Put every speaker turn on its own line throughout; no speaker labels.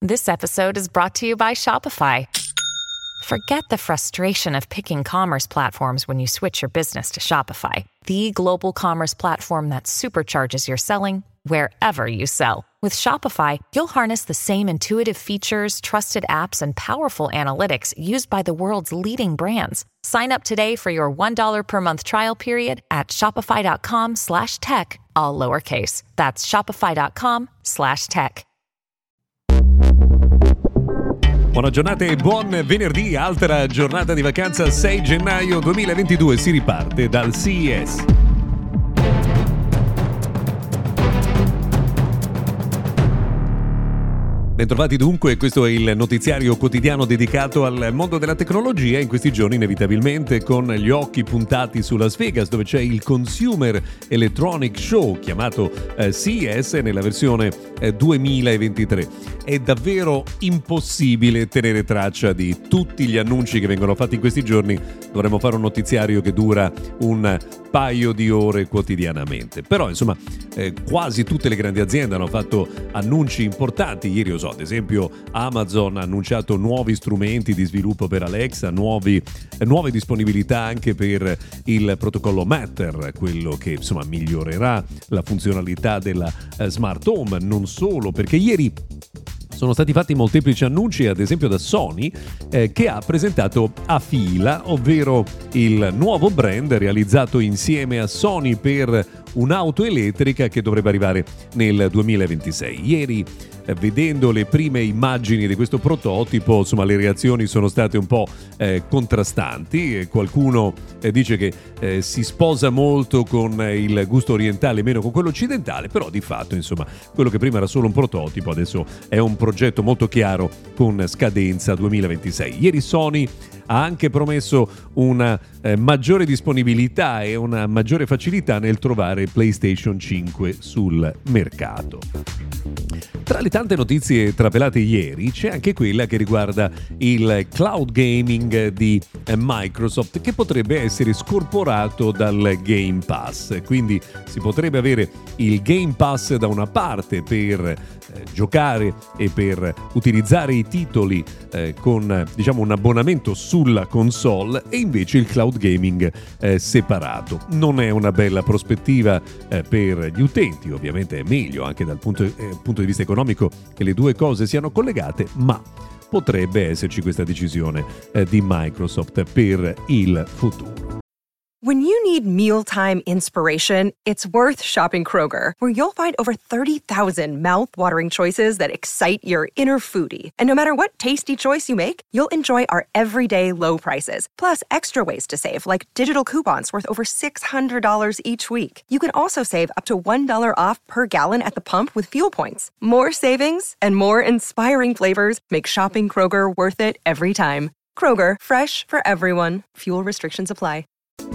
This episode is brought to you by Shopify. Forget the frustration of picking commerce platforms when you switch your business to Shopify, the global commerce platform that supercharges your selling wherever you sell. With Shopify, you'll harness the same intuitive features, trusted apps, and powerful analytics used by the world's leading brands. Sign up today for your $1 per month trial period at shopify.com/tech, all lowercase. That's shopify.com/tech.
Buona giornata e buon venerdì, altra giornata di vacanza, 6 gennaio 2022, si riparte dal CES. Bentrovati dunque, questo è il notiziario quotidiano dedicato al mondo della tecnologia, in questi giorni inevitabilmente con gli occhi puntati su Las Vegas, dove c'è il Consumer Electronic Show chiamato CES nella versione 2023. È davvero impossibile tenere traccia di tutti gli annunci che vengono fatti in questi giorni, dovremmo fare un notiziario che dura un paio di ore quotidianamente. Però insomma quasi tutte le grandi aziende hanno fatto annunci importanti. Ieri ad esempio Amazon ha annunciato nuovi strumenti di sviluppo per Alexa, nuove disponibilità anche per il protocollo Matter, quello che insomma migliorerà la funzionalità della smart home. Non solo, perché ieri sono stati fatti molteplici annunci, ad esempio da Sony, che ha presentato Afeela, ovvero il nuovo brand realizzato insieme a Sony per un'auto elettrica che dovrebbe arrivare nel 2026. Ieri, vedendo le prime immagini di questo prototipo, insomma, le reazioni sono state un po' contrastanti. Qualcuno dice che si sposa molto con il gusto orientale, meno con quello occidentale, però di fatto, insomma, quello che prima era solo un prototipo adesso è un progetto molto chiaro con scadenza 2026. Ieri Sony ha anche promesso una maggiore disponibilità e una maggiore facilità nel trovare PlayStation 5 sul mercato. Tra le tante notizie trapelate ieri c'è anche quella che riguarda il cloud gaming di Microsoft, che potrebbe essere scorporato dal Game Pass. Quindi si potrebbe avere il Game Pass da una parte per giocare e per utilizzare i titoli con diciamo un abbonamento sulla console, e invece il cloud gaming separato. Non è una bella prospettiva per gli utenti, ovviamente è meglio anche dal punto di vista economico che le due cose siano collegate, ma potrebbe esserci questa decisione di Microsoft per il futuro.
When you need mealtime inspiration, it's worth shopping Kroger, where you'll find over 30,000 mouth-watering choices that excite your inner foodie. And no matter what tasty choice you make, you'll enjoy our everyday low prices, plus extra ways to save, like digital coupons worth over $600 each week. You can also save up to $1 off per gallon at the pump with fuel points. More savings and more inspiring flavors make shopping Kroger worth it every time. Kroger, fresh for everyone. Fuel restrictions apply.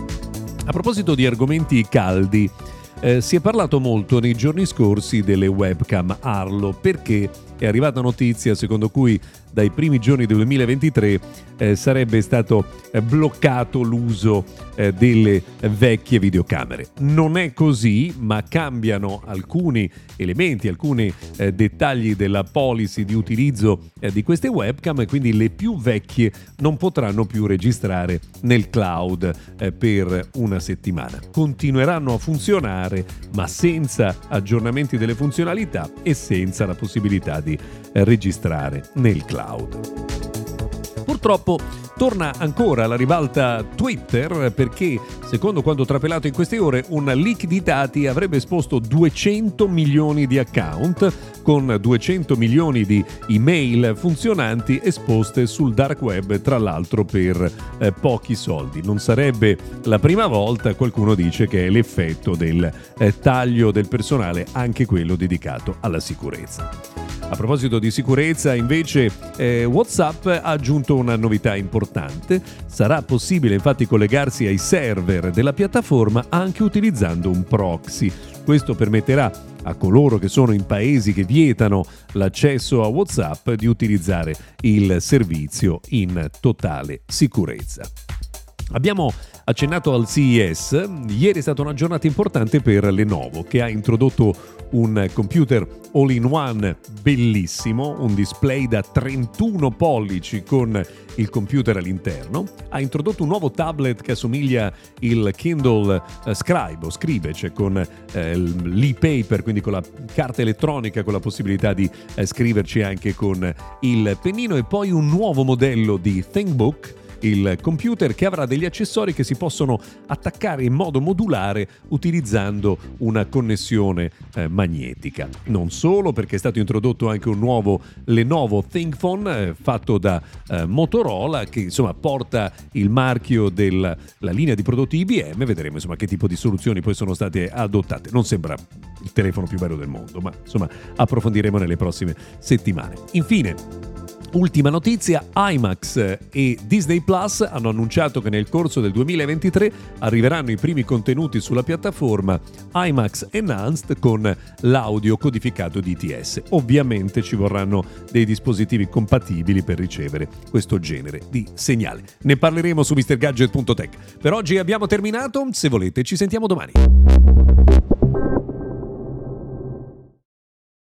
A proposito di argomenti caldi, si è parlato molto nei giorni scorsi delle webcam Arlo, perché è arrivata notizia secondo cui dai primi giorni del 2023 sarebbe stato bloccato l'uso delle vecchie videocamere. Non è così, ma cambiano alcuni elementi, alcuni dettagli della policy di utilizzo di queste webcam, e quindi le più vecchie non potranno più registrare nel cloud per una settimana. Continueranno a funzionare, ma senza aggiornamenti delle funzionalità e senza la possibilità di registrare nel cloud. Purtroppo torna ancora alla ribalta Twitter, perché secondo quanto trapelato in queste ore un leak di dati avrebbe esposto 200 milioni di account con 200 milioni di email funzionanti esposte sul dark web, tra l'altro per pochi soldi. Non sarebbe la prima volta, qualcuno dice che è l'effetto del taglio del personale, anche quello dedicato alla sicurezza. A proposito di sicurezza, invece, WhatsApp ha aggiunto una novità importante. Sarà possibile infatti collegarsi ai server della piattaforma anche utilizzando un proxy. Questo permetterà a coloro che sono in paesi che vietano l'accesso a WhatsApp di utilizzare il servizio in totale sicurezza. Abbiamo accennato al CES, ieri è stata una giornata importante per Lenovo, che ha introdotto un computer all-in-one bellissimo, un display da 31 pollici con il computer all'interno. Ha introdotto un nuovo tablet che assomiglia il Kindle Scribe o Scribe, cioè con l'e-paper, quindi con la carta elettronica, con la possibilità di scriverci anche con il pennino, e poi un nuovo modello di ThinkBook, il computer che avrà degli accessori che si possono attaccare in modo modulare utilizzando una connessione magnetica. Non solo, perché è stato introdotto anche un nuovo Lenovo ThinkPhone fatto da Motorola, che insomma porta il marchio della linea di prodotti IBM. Vedremo insomma che tipo di soluzioni poi sono state adottate. Non sembra il telefono più bello del mondo, ma insomma approfondiremo nelle prossime settimane. Infine, ultima notizia, IMAX e Disney Plus hanno annunciato che nel corso del 2023 arriveranno i primi contenuti sulla piattaforma IMAX Enhanced con l'audio codificato DTS. Ovviamente ci vorranno dei dispositivi compatibili per ricevere questo genere di segnale. Ne parleremo su MrGadget.tech. Per oggi abbiamo terminato, se volete ci sentiamo domani.